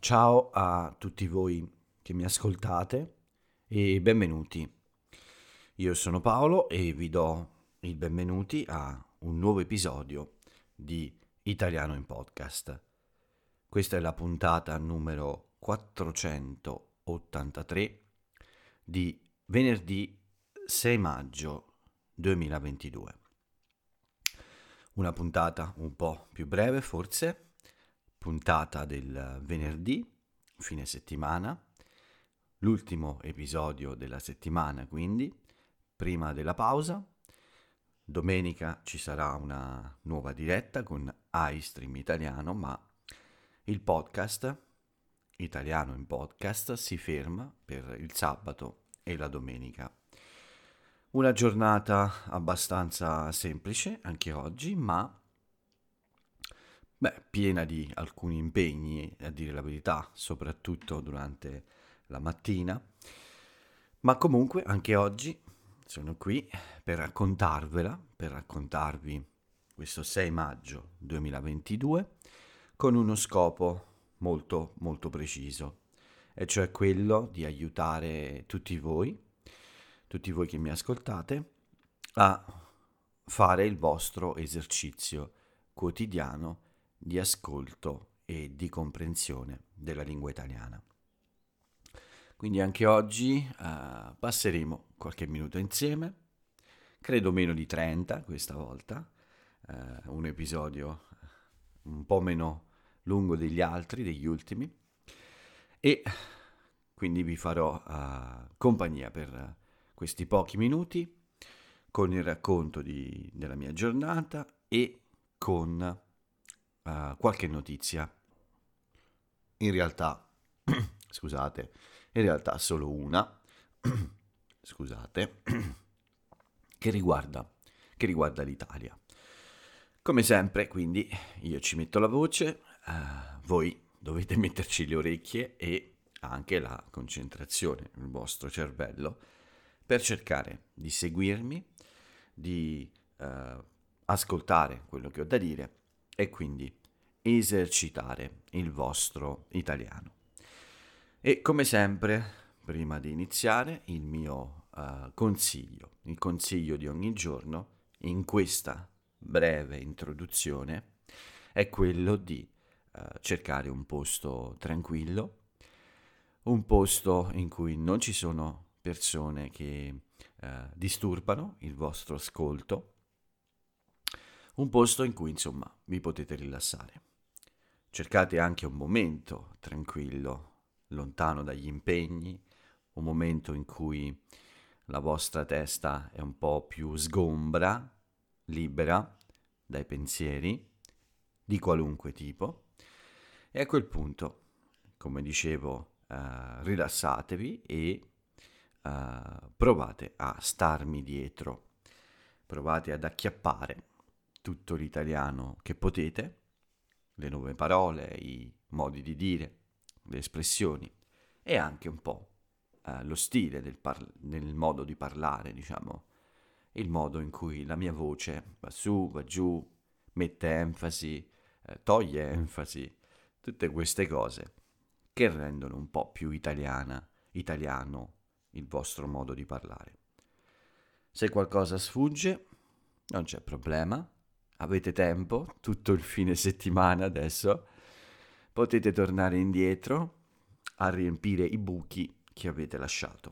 Ciao a tutti voi che mi ascoltate e benvenuti. Io sono Paolo e vi do il benvenuti a un nuovo episodio di Italiano in Podcast. Questa è la puntata numero 483 di venerdì 6 maggio 2022. Una puntata un po' più breve forse, puntata del venerdì, fine settimana, l'ultimo episodio della settimana quindi, prima della pausa. Domenica ci sarà una nuova diretta con iStream Italiano, ma il podcast, Italiano in Podcast, si ferma per il sabato e la domenica. Una giornata abbastanza semplice anche oggi, ma piena di alcuni impegni, a dire la verità, soprattutto durante la mattina. Ma comunque anche oggi sono qui per raccontarvi questo 6 maggio 2022 con uno scopo molto molto preciso, e cioè quello di aiutare tutti voi che mi ascoltate, a fare il vostro esercizio quotidiano di ascolto e di comprensione della lingua italiana. Quindi anche oggi passeremo qualche minuto insieme, credo meno di 30 questa volta, un episodio un po' meno lungo degli ultimi, e quindi vi farò compagnia per questi pochi minuti con il racconto della mia giornata e con qualche notizia. In realtà, scusate, in realtà solo una, scusate, che riguarda l'Italia. Come sempre, quindi, io ci metto la voce, voi dovete metterci le orecchie e anche la concentrazione nel vostro cervello per cercare di seguirmi, di ascoltare quello che ho da dire e quindi esercitare il vostro italiano. E come sempre, prima di iniziare, il mio il consiglio di ogni giorno in questa breve introduzione è quello di cercare un posto tranquillo, un posto in cui non ci sono persone che disturbano il vostro ascolto, un posto in cui insomma vi potete rilassare. Cercate anche un momento tranquillo, lontano dagli impegni, un momento in cui la vostra testa è un po' più sgombra, libera dai pensieri di qualunque tipo, e a quel punto, come dicevo, rilassatevi e provate a starmi dietro, provate ad acchiappare tutto l'italiano che potete, le nuove parole, i modi di dire, le espressioni e anche un po' lo stile del modo di parlare, diciamo, il modo in cui la mia voce va su, va giù, mette enfasi, toglie enfasi, tutte queste cose che rendono un po' più italiano il vostro modo di parlare. Se qualcosa sfugge, non c'è problema, avete tempo, tutto il fine settimana adesso, potete tornare indietro a riempire i buchi che avete lasciato.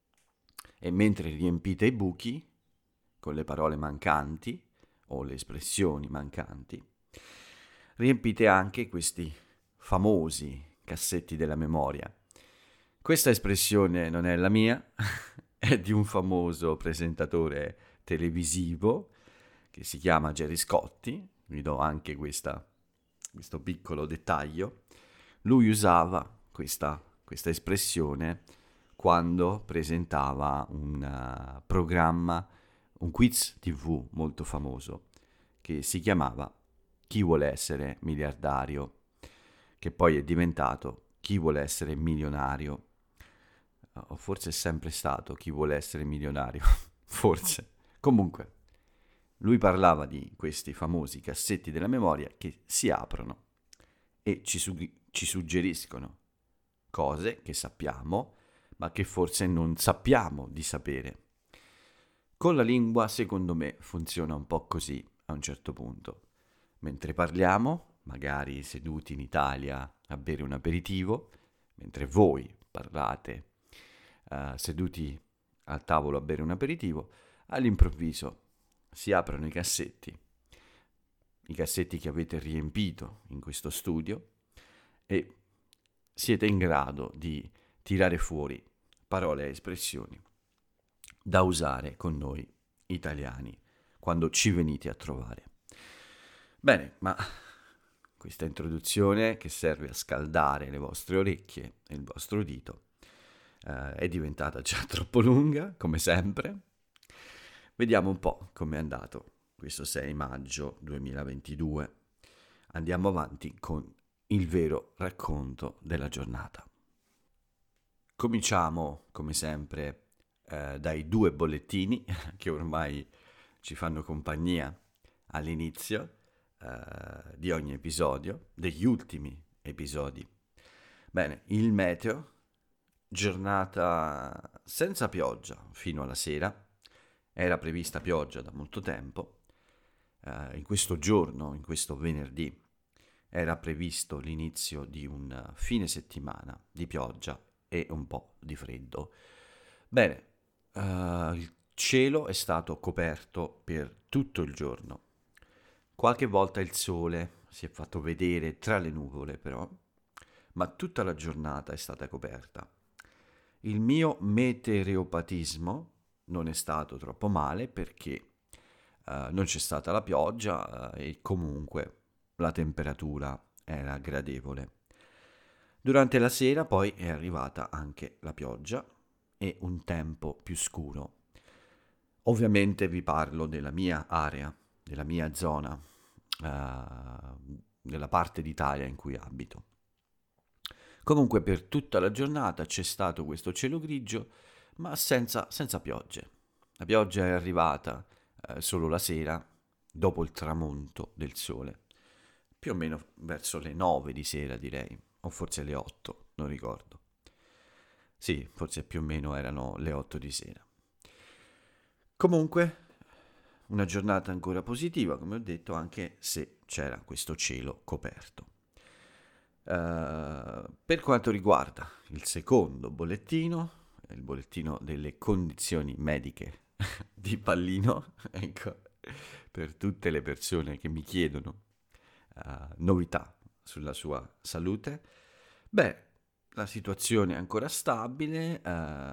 E mentre riempite i buchi con le parole mancanti o le espressioni mancanti, riempite anche questi famosi cassetti della memoria. Questa espressione non è la mia, è di un famoso presentatore televisivo che si chiama Gerry Scotti. Vi do anche questo piccolo dettaglio. Lui usava questa espressione quando presentava un programma, un quiz TV molto famoso che si chiamava Chi vuole essere miliardario, che poi è diventato Chi vuole essere milionario, o forse è sempre stato Chi vuole essere milionario, forse. Comunque, lui parlava di questi famosi cassetti della memoria che si aprono e ci suggeriscono cose che sappiamo, ma che forse non sappiamo di sapere. Con la lingua, secondo me, funziona un po' così a un certo punto. Mentre parliamo, magari seduti in Italia a bere un aperitivo, mentre voi parlate seduti al tavolo a bere un aperitivo, all'improvviso si aprono i cassetti che avete riempito in questo studio e siete in grado di tirare fuori parole e espressioni da usare con noi italiani quando ci venite a trovare. Bene, ma questa introduzione che serve a scaldare le vostre orecchie e il vostro udito è diventata già troppo lunga, come sempre. Vediamo un po' com'è andato questo 6 maggio 2022. Andiamo avanti con il vero racconto della giornata. Cominciamo, come sempre, dai 2 bollettini che ormai ci fanno compagnia all'inizio di ogni episodio, degli ultimi episodi. Bene, il meteo, giornata senza pioggia fino alla sera, era prevista pioggia da molto tempo, in questo giorno, in questo venerdì, era previsto l'inizio di un fine settimana di pioggia e un po' di freddo. Bene, il cielo è stato coperto per tutto il giorno. Qualche volta il sole si è fatto vedere tra le nuvole, però, ma tutta la giornata è stata coperta. Il mio meteoropatismo non è stato troppo male perché non c'è stata la pioggia e comunque la temperatura era gradevole. Durante la sera poi è arrivata anche la pioggia e un tempo più scuro. Ovviamente vi parlo della mia area, della mia zona, della parte d'Italia in cui abito. Comunque per tutta la giornata c'è stato questo cielo grigio, ma senza piogge. La pioggia è arrivata solo la sera, dopo il tramonto del sole, più o meno verso le 9 di sera direi, o forse le 8, non ricordo. Sì, forse più o meno erano le 8 di sera. Comunque, una giornata ancora positiva, come ho detto, anche se c'era questo cielo coperto. Per quanto riguarda il secondo bollettino, il bollettino delle condizioni mediche di Pallino, ecco, per tutte le persone che mi chiedono novità sulla sua salute, beh, la situazione è ancora stabile,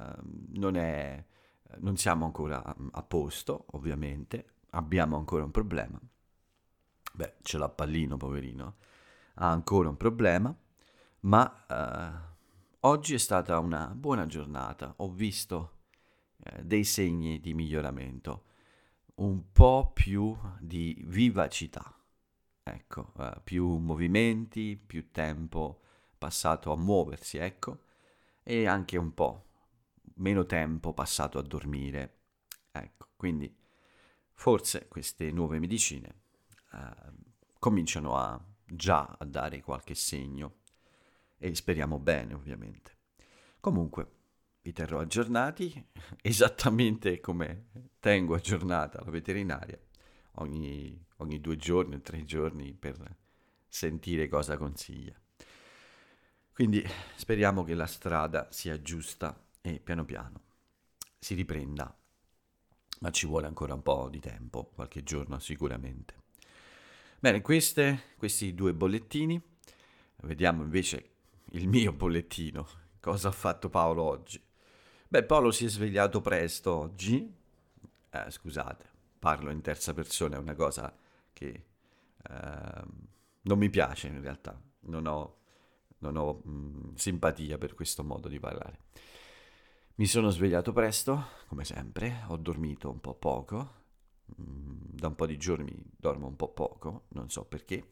non siamo ancora a posto, ovviamente, abbiamo ancora un problema. Beh, ce l'ha Pallino, poverino, ha ancora un problema, ma oggi è stata una buona giornata, ho visto dei segni di miglioramento, un po' più di vivacità, ecco, più movimenti, più tempo passato a muoversi, ecco, e anche un po' meno tempo passato a dormire, ecco, quindi forse queste nuove medicine cominciano già a dare qualche segno e speriamo bene, ovviamente. Comunque, vi terrò aggiornati esattamente come tengo aggiornata la veterinaria ogni 2 giorni o 3 giorni per sentire cosa consiglia. Quindi speriamo che la strada sia giusta e piano piano si riprenda, ma ci vuole ancora un po' di tempo, qualche giorno sicuramente. Bene, questi 2 bollettini. Vediamo invece il mio bollettino. Cosa ha fatto Paolo oggi? Beh, Paolo si è svegliato presto oggi. Scusate, parlo in terza persona, è una cosa che non mi piace in realtà. Non ho simpatia per questo modo di parlare. Mi sono svegliato presto, come sempre, ho dormito un po' poco. Da un po' di giorni dormo un po' poco, non so perché.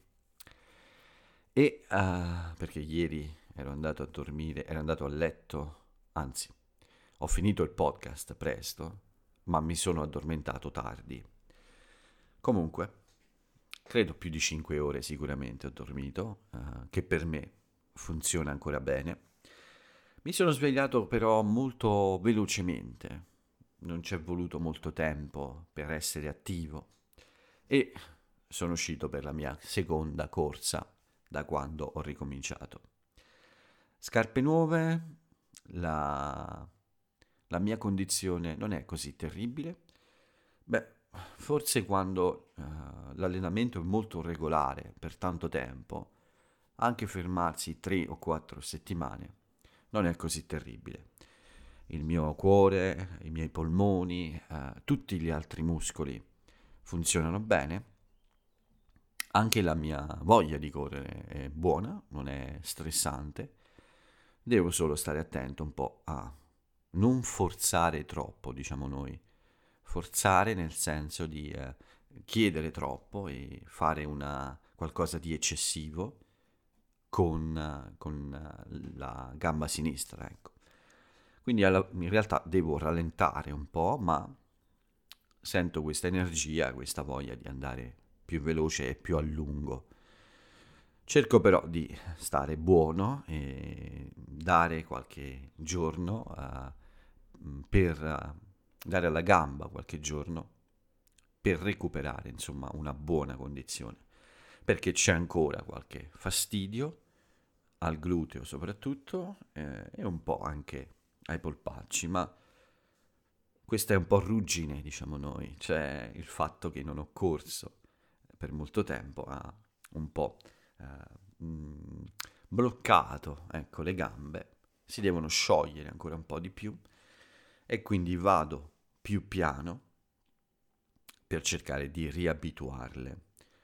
E perché ieri ero andato a dormire, ero andato a letto, anzi, ho finito il podcast presto, ma mi sono addormentato tardi. Comunque, credo più di 5 ore sicuramente ho dormito, che per me funziona ancora bene. Mi sono svegliato però molto velocemente, non ci è voluto molto tempo per essere attivo e sono uscito per la mia seconda corsa da quando ho ricominciato. Scarpe nuove, la mia condizione non è così terribile. Beh, forse quando l'allenamento è molto regolare per tanto tempo, anche fermarsi 3 o 4 settimane non è così terribile. Il mio cuore, i miei polmoni, tutti gli altri muscoli funzionano bene. Anche la mia voglia di correre è buona, non è stressante. Devo solo stare attento un po' a non forzare troppo, diciamo noi. Forzare nel senso di chiedere troppo e fare qualcosa di eccessivo con la gamba sinistra, ecco. Quindi in realtà devo rallentare un po', ma sento questa energia, questa voglia di andare più veloce e più a lungo. Cerco però di stare buono e dare qualche giorno per dare alla gamba qualche giorno per recuperare, insomma, una buona condizione. Perché c'è ancora qualche fastidio al gluteo soprattutto e un po' anche ai polpacci, ma questa è un po' ruggine, diciamo noi, cioè il fatto che non ho corso per molto tempo ha un po' bloccato, ecco, le gambe, si devono sciogliere ancora un po' di più e quindi vado più piano per cercare di riabituarle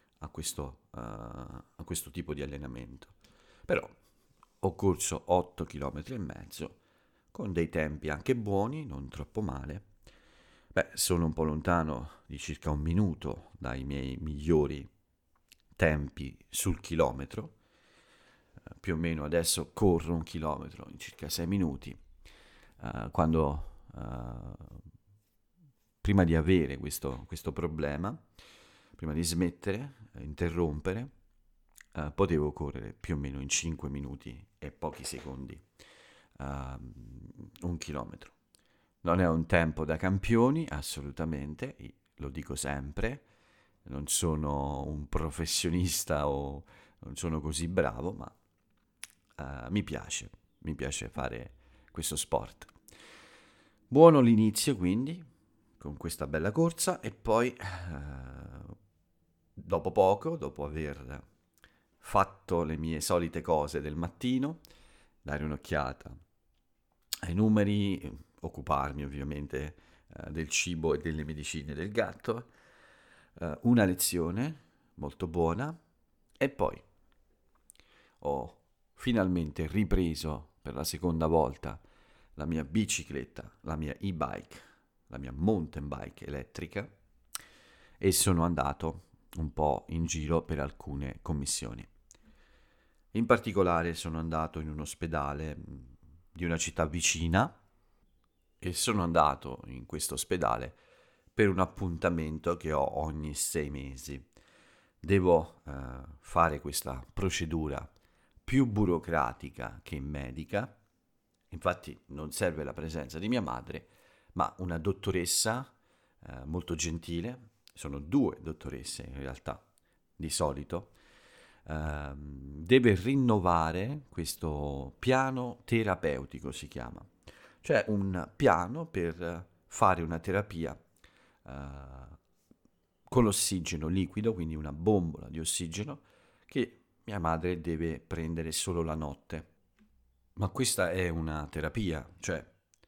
a questo tipo di allenamento. Però ho corso 8 km e mezzo con dei tempi anche buoni, non troppo male. Beh, sono un po' lontano di circa 1 minuto dai miei migliori tempi sul chilometro. Più o meno adesso corro 1 chilometro in circa 6 minuti. Quando prima di avere questo problema, prima di smettere, interrompere, potevo correre più o meno in 5 minuti e pochi secondi 1 chilometro. Non è un tempo da campioni, assolutamente, lo dico sempre, non sono un professionista o non sono così bravo, ma mi piace fare questo sport. Buono l'inizio quindi, con questa bella corsa e poi dopo poco, dopo aver fatto le mie solite cose del mattino, dare un'occhiata ai numeri, occuparmi ovviamente del cibo e delle medicine del gatto, una lezione molto buona e poi ho finalmente ripreso per la seconda volta la mia bicicletta, la mia e-bike, la mia mountain bike elettrica e sono andato un po' in giro per alcune commissioni. In particolare sono andato in un ospedale di una città vicina e sono andato in questo ospedale per un appuntamento che ho ogni 6 mesi. Devo fare questa procedura più burocratica che medica. Infatti non serve la presenza di mia madre, ma una dottoressa molto gentile. Sono 2 dottoresse in realtà, di solito. Deve rinnovare questo piano terapeutico, si chiama. Cioè un piano per fare una terapia con l'ossigeno liquido, quindi una bombola di ossigeno, che mia madre deve prendere solo la notte. Ma questa è una terapia, cioè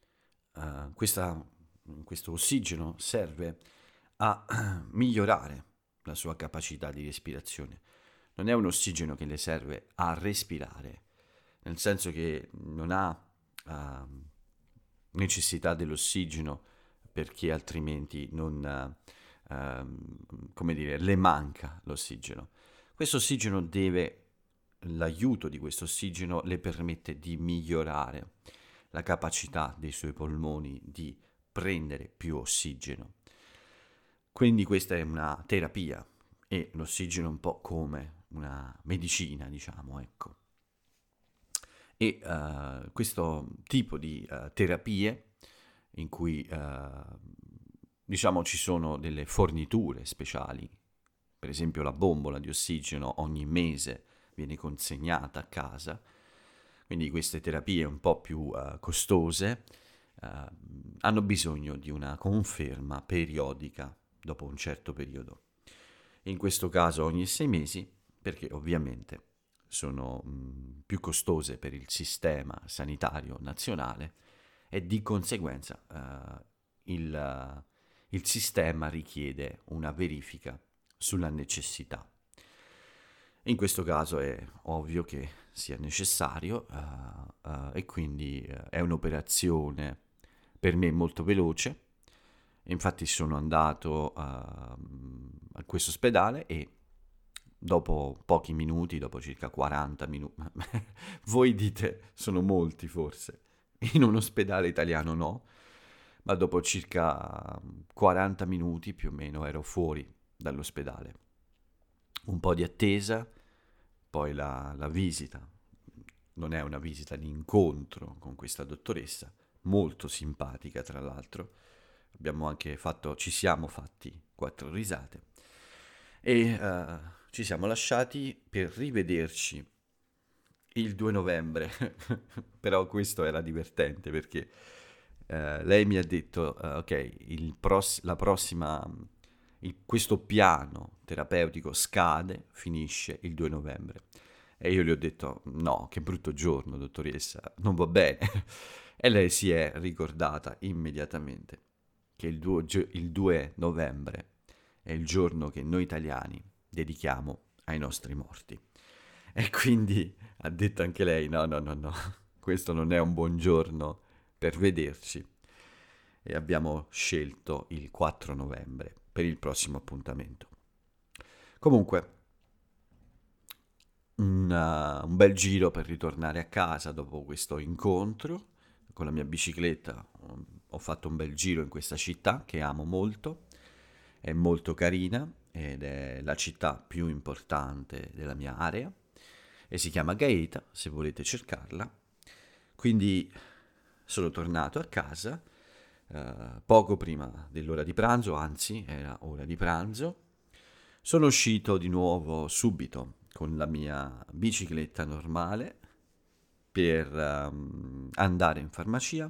questo ossigeno serve a migliorare la sua capacità di respirazione. Non è un ossigeno che le serve a respirare, nel senso che non ha necessità dell'ossigeno perché altrimenti non, come dire, le manca l'ossigeno. Questo ossigeno l'aiuto di questo ossigeno le permette di migliorare la capacità dei suoi polmoni di prendere più ossigeno. Quindi questa è una terapia e l'ossigeno è un po' come una medicina, diciamo, ecco. E questo tipo di terapie in cui diciamo ci sono delle forniture speciali, per esempio la bombola di ossigeno ogni mese viene consegnata a casa, quindi queste terapie un po' più costose hanno bisogno di una conferma periodica dopo un certo periodo. In questo caso ogni 6 mesi, perché ovviamente sono più costose per il sistema sanitario nazionale e di conseguenza il sistema richiede una verifica sulla necessità. In questo caso è ovvio che sia necessario e quindi è un'operazione per me molto veloce. Infatti sono andato a questo ospedale e dopo pochi minuti, dopo circa 40 minuti, voi dite sono molti forse, in un ospedale italiano no, ma dopo circa 40 minuti più o meno ero fuori dall'ospedale. Un po' di attesa, poi la visita. Non è una visita di incontro con questa dottoressa, molto simpatica tra l'altro. Abbiamo anche fatto, ci siamo fatti 4 risate e ci siamo lasciati per rivederci il 2 novembre. Però questo era divertente perché lei mi ha detto, ok, la prossima, questo piano terapeutico scade, finisce il 2 novembre. E io le ho detto, no, che brutto giorno, dottoressa, non va bene. E lei si è ricordata immediatamente che il 2 novembre è il giorno che noi italiani dedichiamo ai nostri morti. E quindi ha detto anche lei, no, no, no, no, questo non è un buon giorno per vederci. E abbiamo scelto il 4 novembre per il prossimo appuntamento. Comunque, un bel giro per ritornare a casa dopo questo incontro. Con la mia bicicletta ho fatto un bel giro in questa città che amo molto, è molto carina ed è la città più importante della mia area e si chiama Gaeta, se volete cercarla. Quindi sono tornato a casa poco prima dell'ora di pranzo, anzi era ora di pranzo. Sono uscito di nuovo subito con la mia bicicletta normale per andare in farmacia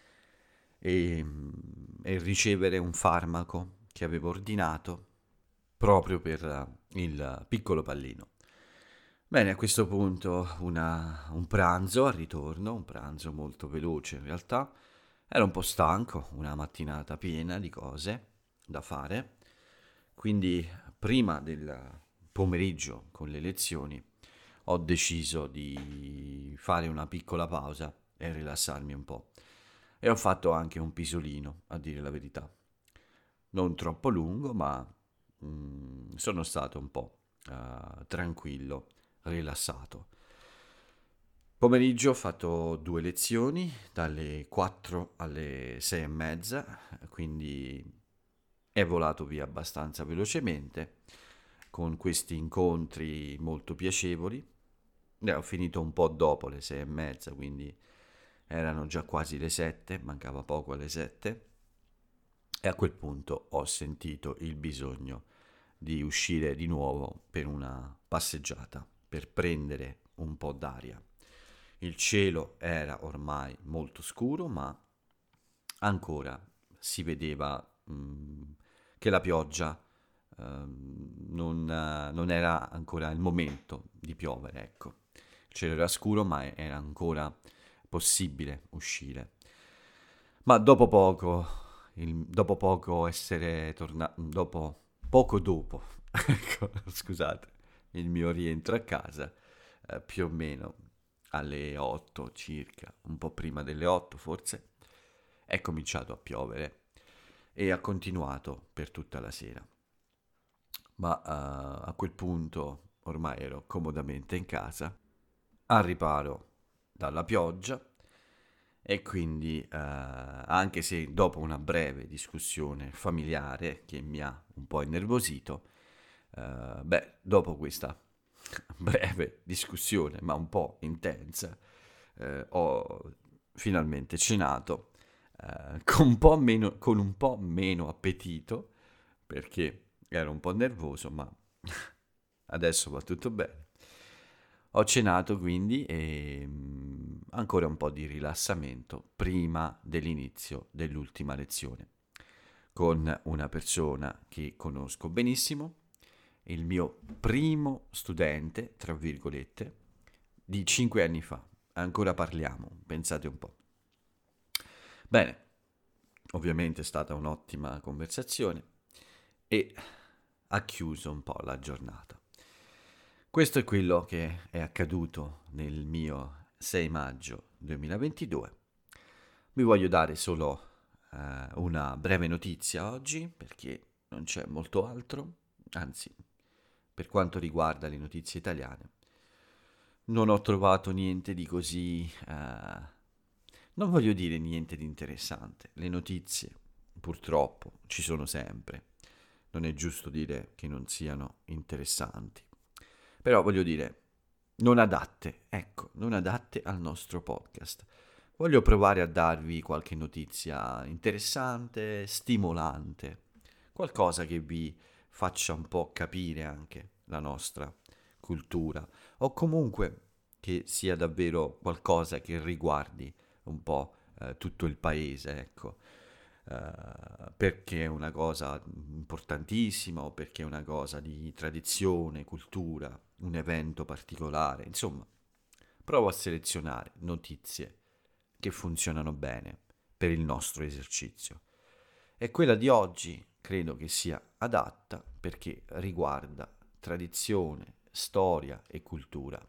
e ricevere un farmaco che avevo ordinato proprio per il piccolo pallino. Bene, a questo punto un pranzo al ritorno, un pranzo molto veloce in realtà. Ero un po' stanco, una mattinata piena di cose da fare, quindi prima del pomeriggio con le lezioni ho deciso di fare una piccola pausa e rilassarmi un po'. E ho fatto anche un pisolino, a dire la verità. Non troppo lungo, ma sono stato un po' tranquillo, rilassato. Pomeriggio ho fatto 2 lezioni, dalle 4 alle 6:30, quindi è volato via abbastanza velocemente, con questi incontri molto piacevoli. Ho finito un po' dopo le 6:30, quindi erano già quasi le 7, mancava poco alle 7. E a quel punto ho sentito il bisogno di uscire di nuovo per una passeggiata, per prendere un po' d'aria. Il cielo era ormai molto scuro, ma ancora si vedeva che la pioggia non era ancora il momento di piovere, ecco. Il cielo era scuro, ma era ancora possibile uscire. Ma dopo poco essere tornato, poco dopo, ecco, scusate, il mio rientro a casa, più o meno alle 8 circa, un po' prima delle 8 forse, è cominciato a piovere e ha continuato per tutta la sera. Ma a quel punto ormai ero comodamente in casa, al riparo dalla pioggia e quindi anche se dopo una breve discussione familiare che mi ha un po' innervosito, dopo questa breve discussione ma un po' intensa, ho finalmente cenato con un po' meno appetito, perché ero un po' nervoso, ma adesso va tutto bene. Ho cenato quindi e ancora un po' di rilassamento prima dell'inizio dell'ultima lezione con una persona che conosco benissimo, il mio primo studente, tra virgolette, di 5 anni fa. Ancora parliamo, pensate un po'. Bene, ovviamente è stata un'ottima conversazione e ha chiuso un po' la giornata. Questo è quello che è accaduto nel mio 6 maggio 2022. Vi voglio dare solo una breve notizia oggi perché non c'è molto altro, anzi, per quanto riguarda le notizie italiane, non ho trovato niente di così, non voglio dire niente di interessante. Le notizie, purtroppo, ci sono sempre. Non è giusto dire che non siano interessanti. Però voglio dire, non adatte, ecco, non adatte al nostro podcast. Voglio provare a darvi qualche notizia interessante, stimolante, qualcosa che vi faccia un po' capire anche la nostra cultura, o comunque che sia davvero qualcosa che riguardi un po' tutto il paese, ecco. Perché è una cosa importantissima o perché è una cosa di tradizione, cultura, un evento particolare, insomma, provo a selezionare notizie che funzionano bene per il nostro esercizio. E quella di oggi credo che sia adatta perché riguarda tradizione, storia e cultura.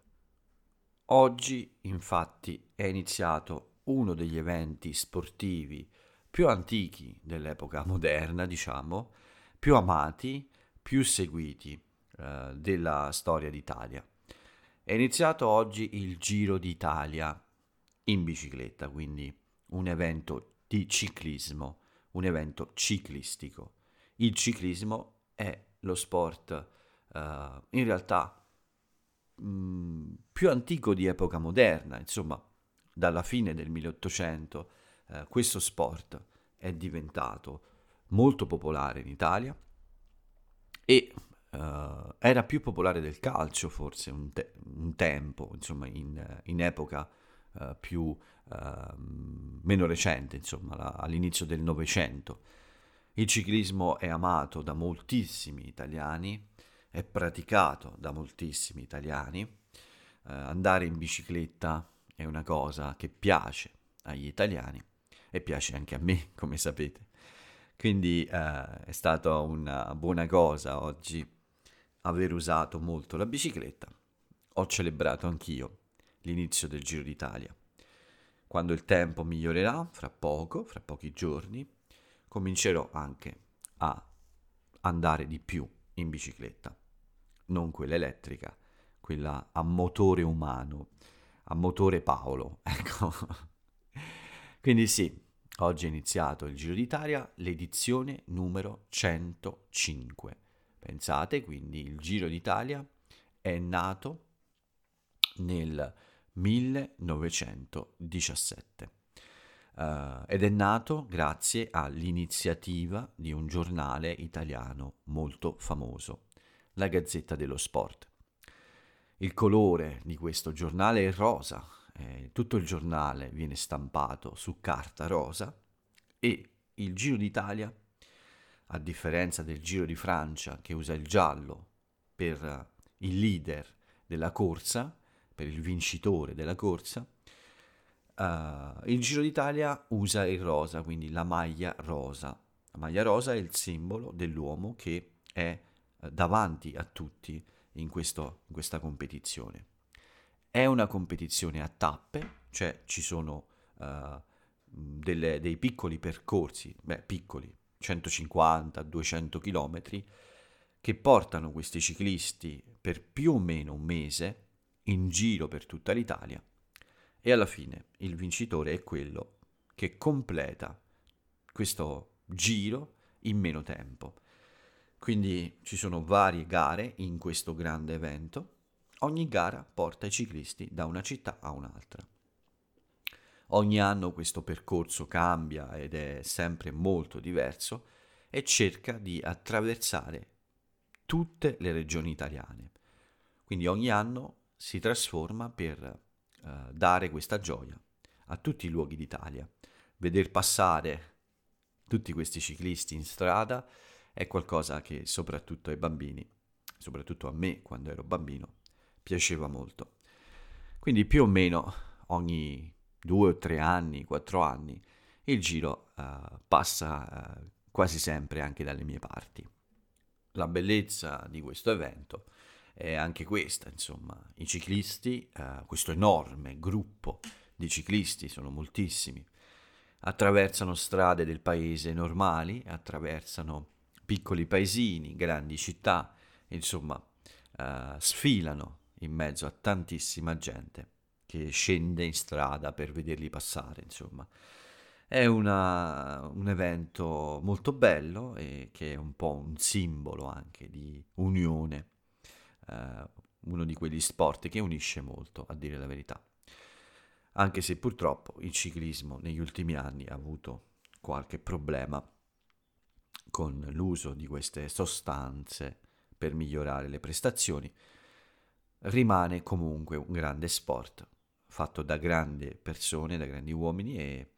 Oggi, infatti, è iniziato uno degli eventi sportivi più antichi dell'epoca moderna, diciamo, più amati, più seguiti della storia d'Italia. È iniziato oggi il Giro d'Italia in bicicletta, quindi un evento di ciclismo, un evento ciclistico. Il ciclismo è lo sport in realtà più antico di epoca moderna, insomma, dalla fine del 1800 questo sport è diventato molto popolare in Italia e era più popolare del calcio forse un tempo, insomma, in epoca più meno recente, insomma, all'inizio del Novecento. Il ciclismo è amato da moltissimi italiani, è praticato da moltissimi italiani. Andare in bicicletta è una cosa che piace agli italiani e piace anche a me, come sapete. Quindi è stata una buona cosa oggi aver usato molto la bicicletta. Ho celebrato anch'io l'inizio del Giro d'Italia. Quando il tempo migliorerà, fra poco, fra pochi giorni, comincerò anche a andare di più in bicicletta. Non quella elettrica, quella a motore umano, a motore Paolo, ecco. Quindi sì, oggi è iniziato il Giro d'Italia, l'edizione numero 105. Pensate, quindi il Giro d'Italia è nato nel 1917 ed è nato grazie all'iniziativa di un giornale italiano molto famoso, la Gazzetta dello Sport. Il colore di questo giornale è rosa, tutto il giornale viene stampato su carta rosa e il Giro d'Italia, a differenza del Giro di Francia che usa il giallo per il leader della corsa, per il vincitore della corsa, il Giro d'Italia usa il rosa, quindi la maglia rosa. La maglia rosa è il simbolo dell'uomo che è davanti a tutti in questa competizione. È una competizione a tappe, cioè ci sono dei piccoli percorsi, piccoli, 150-200 km, che portano questi ciclisti per più o meno un mese in giro per tutta l'Italia e alla fine il vincitore è quello che completa questo giro in meno tempo. Quindi ci sono varie gare in questo grande evento. Ogni gara porta i ciclisti da una città a un'altra. Ogni anno questo percorso cambia ed è sempre molto diverso e cerca di attraversare tutte le regioni italiane. Quindi ogni anno si trasforma per dare questa gioia a tutti i luoghi d'Italia. Veder passare tutti questi ciclisti in strada è qualcosa che soprattutto ai bambini, soprattutto a me quando ero bambino, piaceva molto. Quindi più o meno ogni 2 o 3 anni, 4 anni, il giro passa quasi sempre anche dalle mie parti. La bellezza di questo evento è anche questa, insomma, i ciclisti, questo enorme gruppo di ciclisti, sono moltissimi, attraversano strade del paese normali, attraversano piccoli paesini, grandi città, insomma, sfilano in mezzo a tantissima gente che scende in strada per vederli passare, insomma. È un evento molto bello e che è un po' un simbolo anche di unione, uno di quegli sport che unisce molto, a dire la verità. Anche se purtroppo il ciclismo negli ultimi anni ha avuto qualche problema con l'uso di queste sostanze per migliorare le prestazioni, rimane comunque un grande sport fatto da grandi persone, da grandi uomini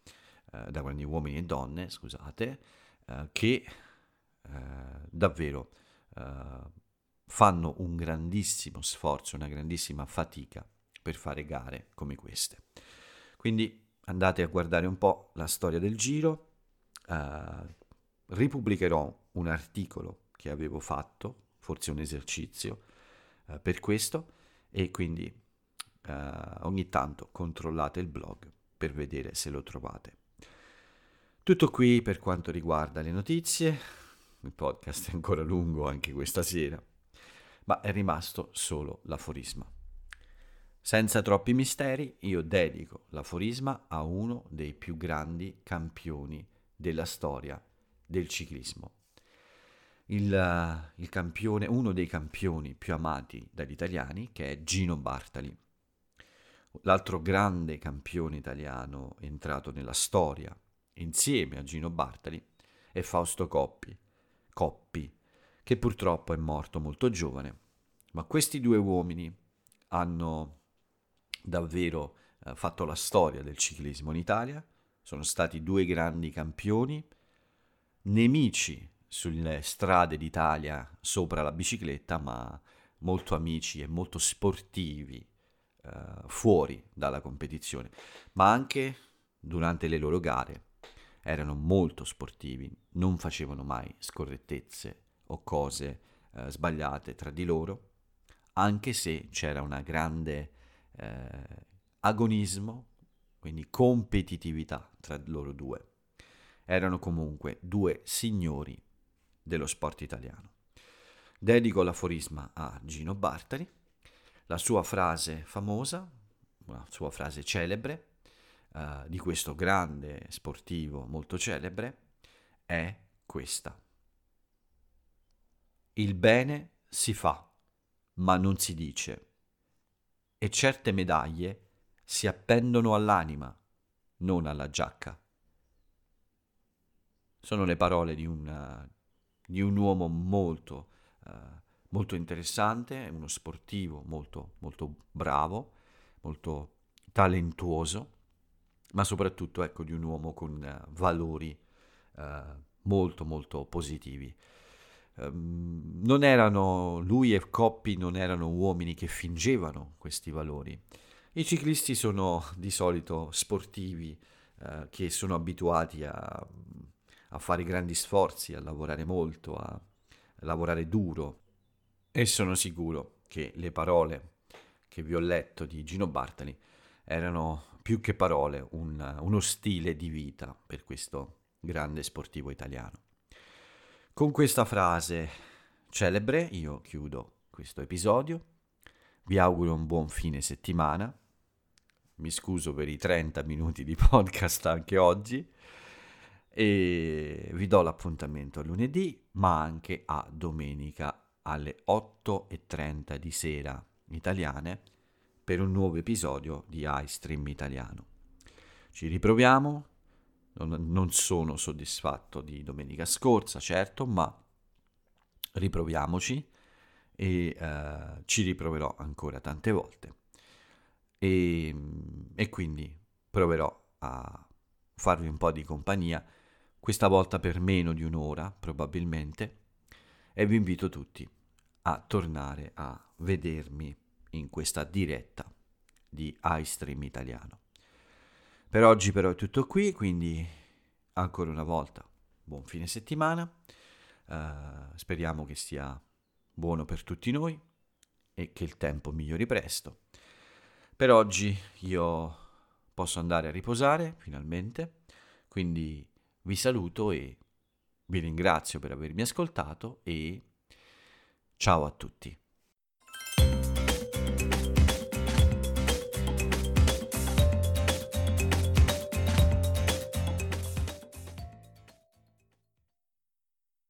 e donne, scusate, che davvero fanno un grandissimo sforzo, una grandissima fatica per fare gare come queste. Quindi andate a guardare un po' la storia del Giro, ripubblicherò un articolo che avevo fatto, forse un esercizio per questo, e quindi ogni tanto controllate il blog per vedere se lo trovate. Tutto qui per quanto riguarda le notizie, il podcast è ancora lungo anche questa sera, ma è rimasto solo l'aforisma. Senza troppi misteri, io dedico l'aforisma a uno dei più grandi campioni della storia del ciclismo. Il campione, uno dei campioni più amati dagli italiani, che è Gino Bartali. L'altro grande campione italiano entrato nella storia insieme a Gino Bartali è Fausto Coppi, che purtroppo è morto molto giovane. Ma questi due uomini hanno davvero fatto la storia del ciclismo in Italia, sono stati due grandi campioni, nemici sulle strade d'Italia sopra la bicicletta, ma molto amici e molto sportivi fuori dalla competizione, ma anche durante le loro gare erano molto sportivi, non facevano mai scorrettezze o cose sbagliate tra di loro, anche se c'era una grande agonismo, quindi competitività tra loro due. Erano comunque due signori dello sport italiano. Dedico l'aforisma a Gino Bartali, la sua frase famosa, una sua frase celebre, di questo grande sportivo molto celebre, è questa: il bene si fa, ma non si dice, e certe medaglie si appendono all'anima, non alla giacca. Sono le parole di un uomo molto interessante, uno sportivo molto, molto bravo, molto talentuoso, ma soprattutto ecco, di un uomo con valori molto, molto positivi. Lui e Coppi non erano uomini che fingevano questi valori. I ciclisti sono di solito sportivi che sono abituati a fare grandi sforzi, a lavorare molto, a lavorare duro, e sono sicuro che le parole che vi ho letto di Gino Bartali erano più che parole uno stile di vita per questo grande sportivo italiano. Con questa frase celebre io chiudo questo episodio, vi auguro un buon fine settimana, mi scuso per i 30 minuti di podcast anche oggi e vi do l'appuntamento a lunedì ma anche a domenica alle 8:30 di sera italiane per un nuovo episodio di iStream Italiano. ci riproviamo. Non sono soddisfatto di domenica scorsa, certo, ma riproviamoci e ci riproverò ancora tante volte e quindi proverò a farvi un po' di compagnia, questa volta per meno di un'ora probabilmente, e vi invito tutti a tornare a vedermi in questa diretta di iStream Italiano. Per oggi però è tutto qui, quindi ancora una volta buon fine settimana, speriamo che sia buono per tutti noi e che il tempo migliori presto. Per oggi io posso andare a riposare finalmente, quindi vi saluto e vi ringrazio per avermi ascoltato e ciao a tutti.